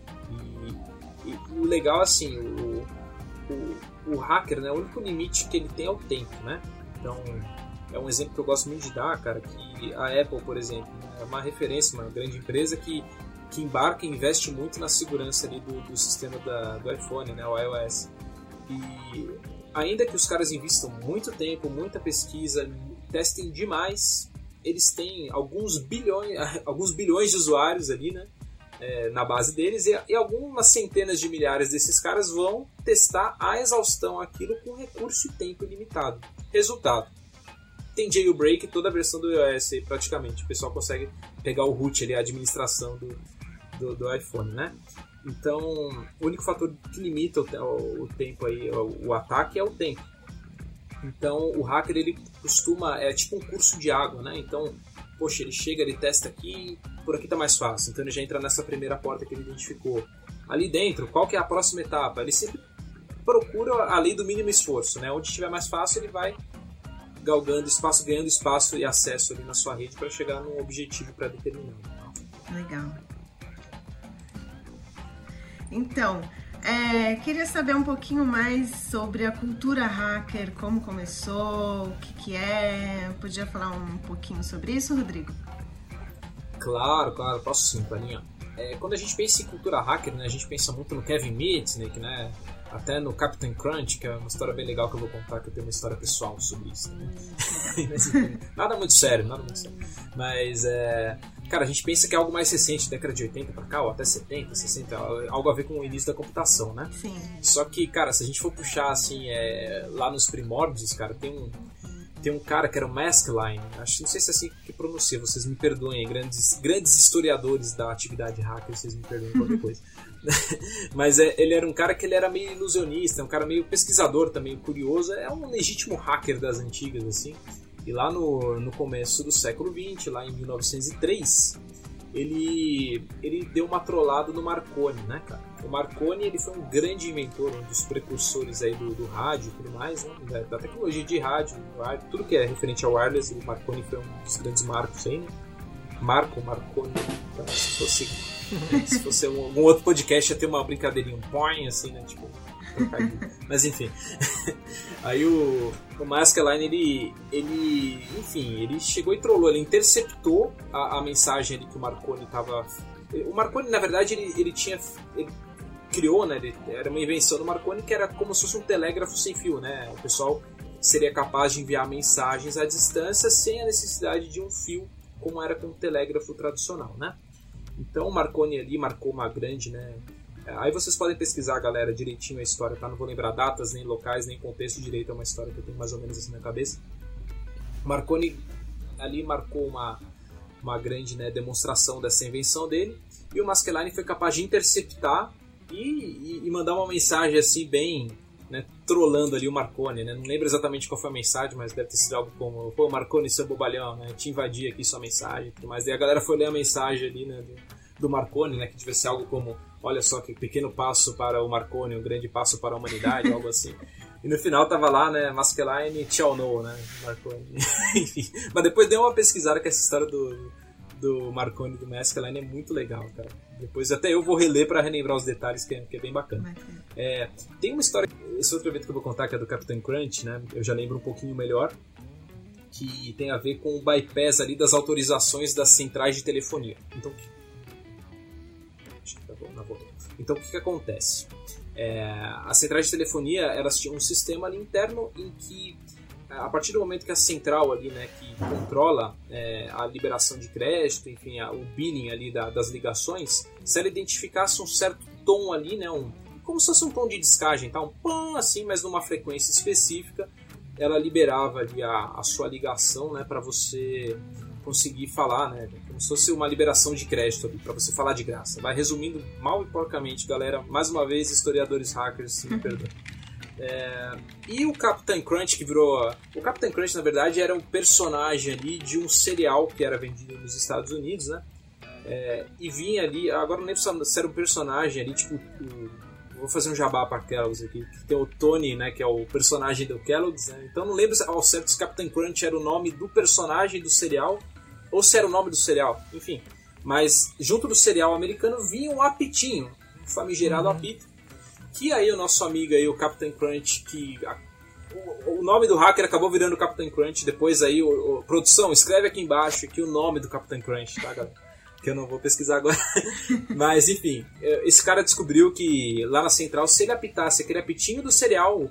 D: E, e o legal, assim, o, o, o hacker, né, o único limite que ele tem é o tempo, né? Então, é um exemplo que eu gosto muito de dar, cara, que a Apple, por exemplo, é uma referência, uma grande empresa que que embarca e investe muito na segurança ali do, do sistema da, do iPhone, né, o iOS. E ainda que os caras investam muito tempo, muita pesquisa, testem demais, eles têm alguns bilhões, alguns bilhões de usuários ali, né, é, na base deles, e, e algumas centenas de milhares desses caras vão testar a exaustão aquilo com recurso e tempo ilimitado. Resultado: tem jailbreak toda a versão do iOS aí, praticamente. O pessoal consegue pegar o root ali, a administração do Do, do iPhone, né? Então, o único fator que limita o, o tempo aí, o, o ataque é o tempo. Então, o hacker, ele costuma, é tipo um curso de água, né? Então, poxa, ele chega, ele testa aqui, por aqui tá mais fácil. Então, ele já entra nessa primeira porta que ele identificou. Ali dentro, qual que é a próxima etapa? Ele sempre procura a lei do mínimo esforço, né? Onde estiver mais fácil, ele vai galgando espaço, ganhando espaço e acesso ali na sua rede para chegar num objetivo pré-determinado.
B: Legal. Então, é, queria saber um pouquinho mais sobre a cultura hacker, como começou, o que, que é. Podia falar um pouquinho sobre isso, Rodrigo?
D: Claro, claro, posso sim, Paninha. É, quando a gente pensa em cultura hacker, né, a gente pensa muito no Kevin Mitnick, né? Até no Captain Crunch, que é uma história bem legal que eu vou contar, que eu tenho uma história pessoal sobre isso. Né? Nada muito sério, nada muito sério. Mas, é, cara, a gente pensa que é algo mais recente, década de oitenta pra cá, ou até setenta, sessenta, algo a ver com o início da computação, né?
B: Sim.
D: Só que, cara, se a gente for puxar, assim, é, lá nos primórdios, cara, tem um, tem um cara que era o Maskelyne, acho, não sei se é assim que pronuncia, vocês me perdoem, grandes, grandes historiadores da atividade hacker, vocês me perdoem qualquer coisa. Mas é, ele era um cara que ele era meio ilusionista, um cara meio pesquisador também, curioso, é um legítimo hacker das antigas, assim. E lá no, no começo do século vinte, lá em mil novecentos e três, ele, ele deu uma trollada no Marconi, né, cara? O Marconi, ele foi um grande inventor, um dos precursores aí do, do rádio e tudo mais, né? Da, da tecnologia de rádio, tudo que é referente ao wireless, o Marconi foi um dos grandes marcos aí, né? Marco, Marconi, então, se fosse... Se fosse um, algum outro podcast, ia ter uma brincadeirinha, um point, assim, né? Tipo, Mas enfim. Aí o, o Maskelyne, ele, ele, enfim, ele chegou e trollou, ele interceptou a, a mensagem ali que o Marconi estava... O Marconi, na verdade, ele, ele tinha... Ele criou, né, ele, era uma invenção do Marconi que era como se fosse um telégrafo sem fio, né? O pessoal seria capaz de enviar mensagens à distância sem a necessidade de um fio, como era com o telégrafo tradicional, né? Então o Marconi ali marcou uma grande, né? Aí vocês podem pesquisar, galera, direitinho a história, tá? Não vou lembrar datas, nem locais, nem contexto direito, é uma história que eu tenho mais ou menos assim na cabeça. Marconi ali marcou uma, uma grande, né, demonstração dessa invenção dele, e o Maskelyne foi capaz de interceptar e, e, e mandar uma mensagem assim bem, né, trollando ali o Marconi, né? Não lembro exatamente qual foi a mensagem, mas deve ter sido algo como: pô, Marconi, seu bobalhão, né? Te invadi aqui sua mensagem, mas aí a galera foi ler a mensagem ali, né, do, do Marconi, né, que devia ser algo como: olha só que pequeno passo para o Marconi, um grande passo para a humanidade, algo assim. E no final tava lá, né, Maskelyne, tchau no, né, Marconi. Enfim, mas depois deu uma pesquisada que essa história do, do Marconi e do Maskelyne é muito legal, cara. Depois até eu vou reler para relembrar os detalhes, que é, que é bem bacana. É, tem uma história, esse outro evento que eu vou contar, que é do Captain Crunch, né, eu já lembro um pouquinho melhor, que tem a ver com o bypass ali das autorizações das centrais de telefonia. Então, então o que, que acontece? É, as centrais de telefonia, elas tinham um sistema ali interno em que, a partir do momento que a central ali, né, que controla é, a liberação de crédito, enfim, a, o billing ali da, das ligações, se ela identificasse um certo tom ali, né, um, como se fosse um tom de descagem, tá? Um pam assim, mas numa frequência específica, ela liberava ali a, a sua ligação, né, para você conseguir falar, né, como se fosse uma liberação de crédito ali, para você falar de graça. Vai resumindo mal e porcamente, galera, mais uma vez, historiadores hackers, me perdoem. É, e o Captain Crunch, que virou... O Captain Crunch, na verdade, era um personagem ali de um cereal que era vendido nos Estados Unidos, né? É, e vinha ali... Agora não lembro se era um personagem ali, tipo... O, vou fazer um jabá para Kellogg's aqui. Que tem o Tony, né? Que é o personagem do Kellogg's, né? Então não lembro ao certo se Captain Crunch era o nome do personagem do cereal ou se era o nome do cereal. Enfim. Mas junto do cereal americano vinha um apitinho. Um famigerado uhum. apito. Que aí o nosso amigo aí, o Captain Crunch, que a, o, o nome do hacker acabou virando Captain Crunch, depois aí, o, o, produção, escreve aqui embaixo aqui o nome do Captain Crunch, tá, galera? Que eu não vou pesquisar agora. Mas, enfim, esse cara descobriu que lá na central, se ele apitasse aquele apitinho do cereal,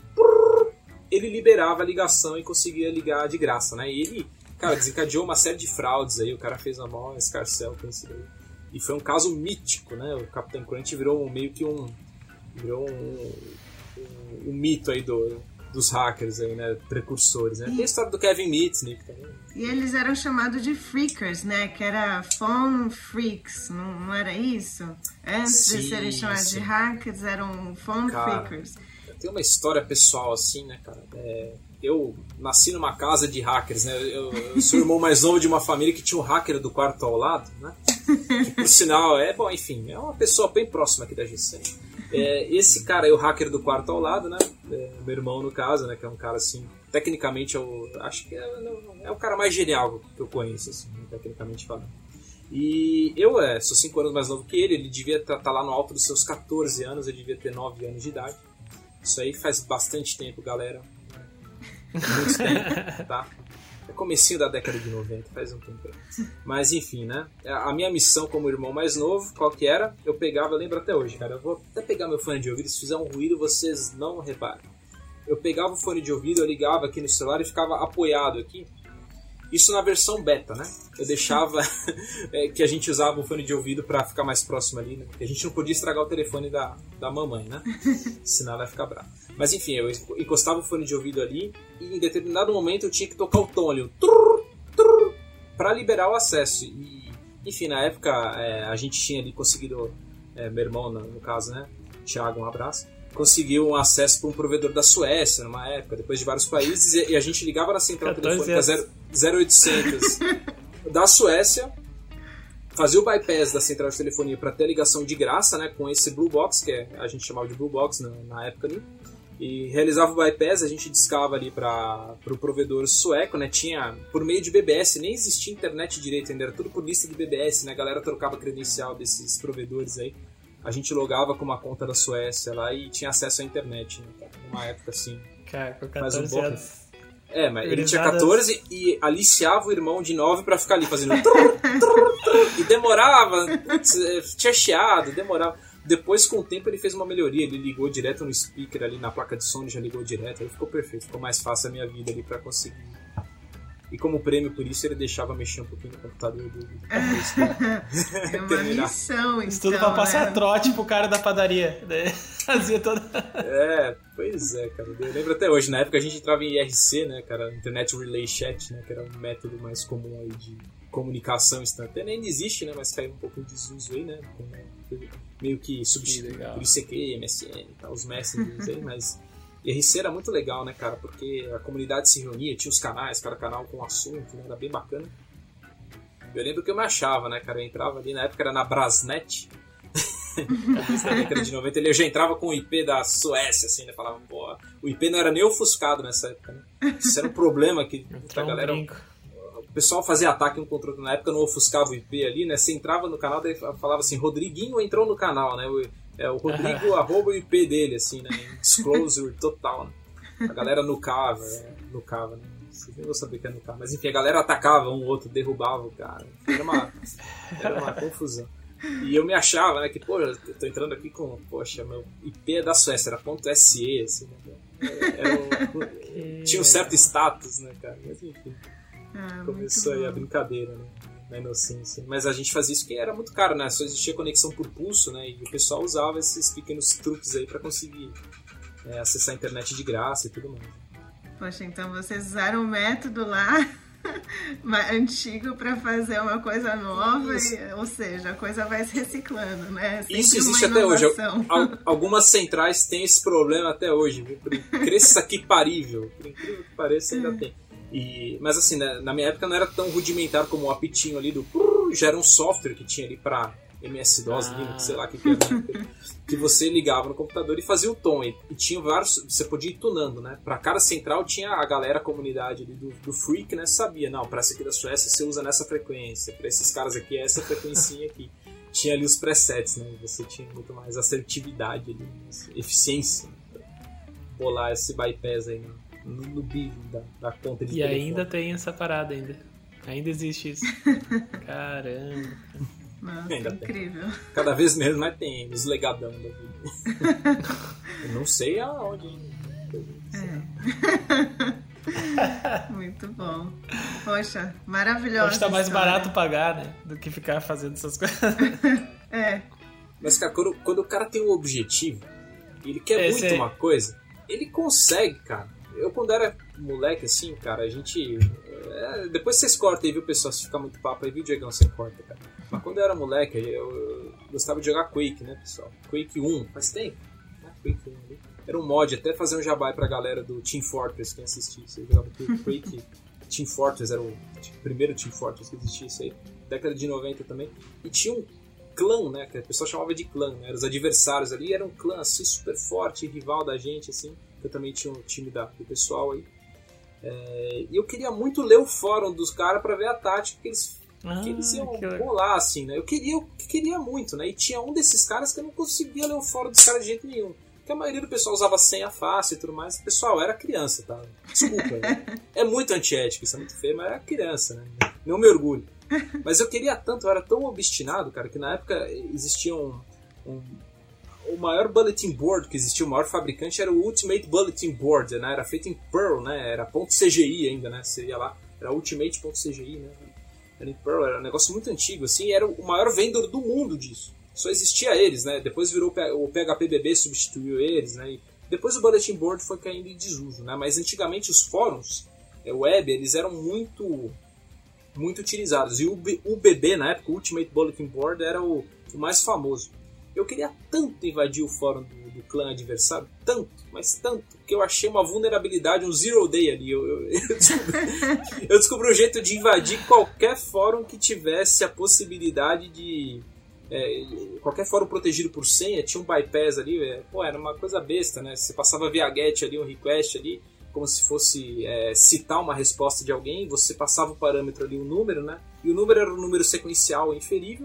D: ele liberava a ligação e conseguia ligar de graça, né? E ele, cara, desencadeou uma série de fraudes aí, o cara fez uma maior escarcel com isso aí. E foi um caso mítico, né? O Captain Crunch virou meio que um... virou um, um, um mito aí do, dos hackers aí, né, precursores, né? Tem a história do Kevin Mitnick também.
B: E eles eram chamados de freakers, né? Que era phone freaks, não, não era isso? Antes sim, de serem chamados sim. de hackers, eram phone cara, freakers.
D: Tem uma história pessoal assim, né, cara? É, eu nasci numa casa de hackers, né? Eu, eu sou o irmão mais novo de uma família que tinha um hacker do quarto ao lado, né? Que, por sinal, é, bom, enfim, é uma pessoa bem próxima aqui da G C N. É, esse cara aí, o hacker do quarto ao lado, né? É, meu irmão, no caso, né? Que é um cara assim, tecnicamente, é o, acho que é, é o cara mais genial que eu conheço, assim, tecnicamente falando. E eu é, sou cinco anos mais novo que ele, ele devia estar tá, tá lá no alto dos seus catorze anos, eu devia ter nove anos de idade. Isso aí faz bastante tempo, galera. Muito tempo, tá? É comecinho da década de noventa, faz um tempo. Mas enfim, né? A minha missão como irmão mais novo, qual que era? Eu pegava, eu lembro até hoje, cara. Eu vou até pegar meu fone de ouvido, se fizer um ruído, vocês não reparem. Eu pegava o fone de ouvido, eu ligava aqui no celular e ficava apoiado aqui. Isso na versão beta, né? Eu deixava é, que a gente usava o fone de ouvido pra ficar mais próximo ali, né? Porque a gente não podia estragar o telefone da, da mamãe, né? Senão ela ia ficar brava. Mas enfim, eu encostava o fone de ouvido ali e em determinado momento eu tinha que tocar o tom ali, o trrr, trrr, pra liberar o acesso. E, enfim, na época é, a gente tinha ali conseguido, é, meu irmão no, no caso, né? Thiago, um abraço. Conseguiu um acesso para um provedor da Suécia numa época, depois de vários países, e, e a gente ligava na central telefônica zero oitocentos da Suécia, fazia o bypass da central de telefonia para ter ligação de graça, né, com esse Blue Box, que é, a gente chamava de Blue Box na, na época ali, e realizava o bypass, a gente discava ali para o pro provedor sueco, né, tinha por meio de B B S, nem existia internet direito ainda, era tudo por lista de B B S, né, a galera trocava credencial desses provedores aí. a gente logava com uma conta da Suécia lá e tinha acesso à internet, né, cara? Numa época assim.
C: Cara, com
D: faz um
C: catorze anos.
D: É, mas ele tinha
C: Gurizadas.
D: catorze e aliciava o irmão de nove pra ficar ali fazendo trrr, trrr, trrr, e demorava, tinha chiado, demorava. Depois, com o tempo, ele fez uma melhoria, ele ligou direto no speaker ali, na placa de som, ele já ligou direto, aí ficou perfeito, ficou mais fácil a minha vida ali pra conseguir. E como prêmio por isso, ele deixava mexer um pouquinho no computador do... do
B: É uma missão, então,
C: Isso tudo pra passar
B: né?
C: trote pro cara da padaria. Daí fazia toda...
D: É, pois é, cara. Eu lembro até hoje, na época a gente entrava em I R C, né, cara, Internet Relay Chat, né, que era um método mais comum aí de comunicação instantânea. Ainda existe, né, mas caiu um pouco em desuso aí, né, meio que substituído por I C Q, M S N e tal, os messengers aí, mas I R C era muito legal, né, cara, porque a comunidade se reunia, tinha os canais, cada canal com um assunto, né, era bem bacana. Eu lembro que eu me achava, né, cara, eu entrava ali, na época era na Brasnet, na década de noventa, eu já entrava com o I P da Suécia, assim, né, falava, pô, o I P não era nem ofuscado nessa época, né, isso era um problema que a galera... O pessoal fazia ataque um contra o outro, na época não ofuscava o I P ali, né, você entrava no canal, daí falava assim, Rodriguinho entrou no canal, né, o, é, o Rodrigo arroba o I P dele, assim, né, em disclosure total, né, a galera nucava, né, nucava, né, vocês nem vão saber o que é nucar, mas enfim, a galera atacava um outro, derrubava o cara, era uma, era uma confusão. E eu me achava, né, que, pô, eu tô entrando aqui com, poxa, meu I P é da Suécia, era .se, assim, né, era um, tinha um certo status, né, cara, mas enfim.
B: Ah,
D: começou aí a brincadeira, né? Na inocência. Mas a gente fazia isso porque era muito caro, né? Só existia conexão por pulso, né? E o pessoal usava esses pequenos truques aí pra conseguir é, acessar a internet de graça e tudo mais.
B: Poxa, então vocês usaram o método lá antigo para fazer uma coisa nova, e, ou seja, a coisa vai se reciclando, né? Sempre
D: isso existe até hoje. Algumas centrais têm esse problema até hoje, viu? Por incrível que parível, por incrível que pareça, ainda tem. E, mas assim, né, na minha época não era tão rudimentar como o apitinho ali do... Já era um software que tinha ali pra M S-DOS, ah. Linux, sei lá o que, que era, né, que você ligava no computador e fazia o tom. E, e tinha vários... Você podia ir tunando, né? Pra cada central tinha a galera, a comunidade ali do, do Freak, né? Sabia, não, pra essa aqui da Suécia você usa nessa frequência. Pra esses caras aqui é essa frequencinha aqui. Tinha ali os presets, né? Você tinha muito mais assertividade ali, eficiência, né, pra bolar esse bypass aí, né? No, no bilhing da, da conta de
C: E
D: telefone.
C: ainda tem essa parada ainda. Ainda existe isso. Caramba.
B: Nossa,
D: ainda
B: incrível.
D: Tem. Cada vez menos, mas tem os legadão da vida. Eu não sei aonde.
B: É. Muito bom. Poxa, maravilhoso.
C: Acho que tá mais barato pagar, né? Do que ficar fazendo essas coisas.
B: É.
D: Mas, cara, quando, quando o cara tem um objetivo, ele quer Esse muito é... uma coisa, ele consegue, cara. Eu, quando era moleque, assim, cara, a gente... É, depois vocês cortam aí, viu, pessoal? Se ficar muito papo aí, viu, Diegão? Você corta, cara. Mas quando eu era moleque, eu, eu gostava de jogar Quake, né, pessoal? Quake um, faz tempo. Né? Quake um ali. Era um mod, até fazer um jabá pra galera do Team Fortress, quem assistisse. Eu jogava Quake, Team Fortress, era o primeiro Team Fortress que existia isso aí. Década de noventa também. E tinha um clã, né, que o pessoal chamava de clã, né? Os adversários ali, era um clã, assim, super forte, rival da gente, assim. Eu também tinha um time da, do pessoal aí. É, e eu queria muito ler o fórum dos caras pra ver a tática que eles, ah, que eles iam que bolar, assim, né? Eu queria, eu queria muito, né? E tinha um desses caras que eu não conseguia ler o fórum dos caras de jeito nenhum. Porque a maioria do pessoal usava senha fácil e tudo mais. Pessoal, era criança, tá? Desculpa. Né? É muito antiético, isso é muito feio, mas era criança, né? Não me orgulho. Mas eu queria tanto, eu era tão obstinado, cara, que na época existia um... um o maior bulletin board que existia, o maior fabricante era o Ultimate Bulletin Board, né? Era feito em Perl, né? Era .cgi ainda, né? Você ia lá, era ultimate.cgi, né? Era em Perl, era um negócio muito antigo, assim, era o maior vendedor do mundo disso. Só existia eles, né? Depois virou o P H P B B, substituiu eles, né? E depois o bulletin board foi caindo em desuso, né? Mas antigamente os fóruns web, eles eram muito muito utilizados. E o B B, na época, o Ultimate Bulletin Board, era o, o mais famoso. Eu queria tanto invadir o fórum do, do clã adversário, tanto, mas tanto, que eu achei uma vulnerabilidade, um zero day ali. Eu, eu, eu, descobri, eu descobri um jeito de invadir qualquer fórum que tivesse a possibilidade de... É, qualquer fórum protegido por senha, tinha um bypass ali, é, pô, era uma coisa besta, né? Você passava via get ali, um request ali, como se fosse é, citar uma resposta de alguém, você passava o parâmetro ali, o número, né? E o número era um número sequencial inferível.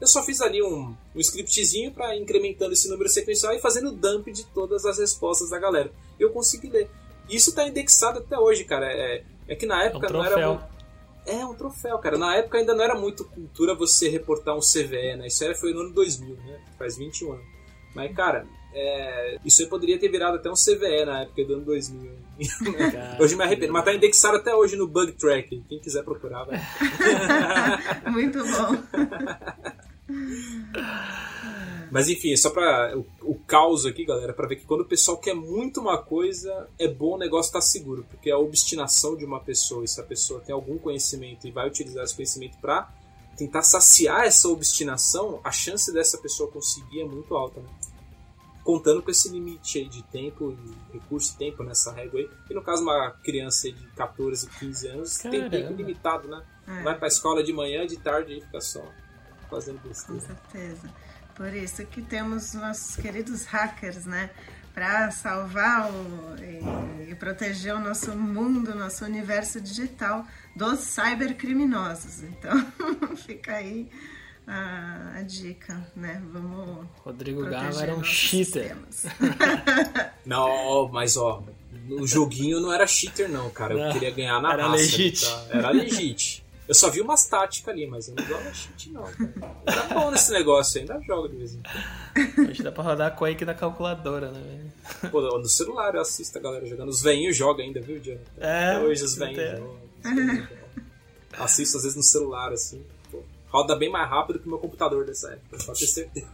D: Eu só fiz ali um, um scriptzinho para incrementando esse número sequencial e fazendo dump de todas as respostas da galera. Eu consegui ler. Isso tá indexado até hoje, cara. É, é que na época
C: é um
D: não era muito... É um troféu, cara. Na época ainda não era muito cultura você reportar um C V E, né? Isso era, foi no ano dois mil, né? Faz vinte e um anos. Mas, cara, é... isso aí poderia ter virado até um C V E na época do ano dois mil. Hoje me arrependo. Mas tá indexado até hoje no Bug Track. Quem quiser procurar, vai.
B: Muito bom.
D: Mas enfim, só pra o, o caos aqui, galera, pra ver que quando o pessoal quer muito uma coisa, é bom o negócio estar seguro, porque a obstinação de uma pessoa, e se a pessoa tem algum conhecimento e vai utilizar esse conhecimento pra tentar saciar essa obstinação, a chance dessa pessoa conseguir é muito alta, né? Contando com esse limite aí de tempo, e recurso e tempo nessa régua aí. E no caso, uma criança aí de catorze, quinze anos,
C: Caramba.
D: tem tempo limitado, né?
B: É.
D: Vai pra escola de manhã, de tarde, aí fica só fazendo
B: Com
D: besteira.
B: certeza. Por isso que temos nossos queridos hackers, né? Para salvar o, e, e proteger o nosso mundo, nosso universo digital dos cybercriminosos. Então, fica aí a, a dica, né? Vamos
C: Rodrigo
B: proteger
C: Gava era um
B: nossos
C: cheater.
B: sistemas.
D: Não, mas ó, o joguinho não era cheater não, cara. Eu
C: Não,
D: queria ganhar na
C: era
D: raça.
C: legit.
D: Tá? Era legit. Eu só vi umas táticas ali, mas eu não jogo cheat não, cara. Tá bom nesse negócio, ainda jogo de vez em quando.
C: Hoje dá pra rodar Quake na calculadora, né?
D: Pô, no celular eu assisto a galera jogando. Os velhinhos jogam ainda, viu, Jonathan?
C: É,
D: Até hoje os
C: não
D: velhinhos
C: tem.
D: jogam. Os velhinhos jogam. Assisto às vezes no celular, assim. Pô, roda bem mais rápido que o meu computador dessa época, pode ter certeza.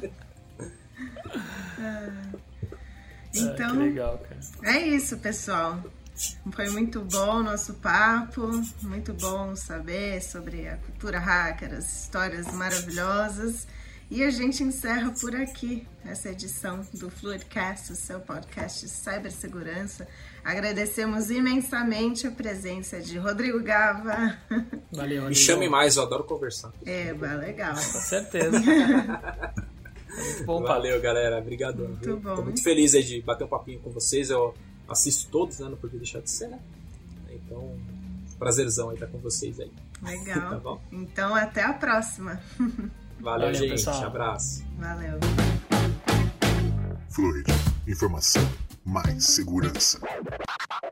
B: Então,
C: Ah, que legal, cara.
B: é isso, pessoal. Foi muito bom o nosso papo, muito bom saber sobre a cultura hacker, as histórias maravilhosas. E a gente encerra por aqui essa edição do Fluidcast, o seu podcast de cibersegurança. Agradecemos imensamente a presença de Rodrigo Gava.
C: Valeu, Rodrigo.
D: Me chame mais, eu adoro conversar.
B: Eba, legal.
C: Com certeza. Muito bom,
D: Valeu,
C: papo.
D: galera. Obrigadão.
B: Muito
D: viu?
B: bom.
D: Tô muito feliz aí de bater um papinho com vocês. Eu assisto todos, né? Não podia deixar de ser, né? Então, prazerzão aí estar com vocês aí.
B: Legal.
D: Tá bom?
B: Então, até a próxima.
D: Valeu,
C: Valeu,
D: gente.
C: pessoal.
D: Abraço.
B: Valeu.
A: Fluid. Informação mais segurança.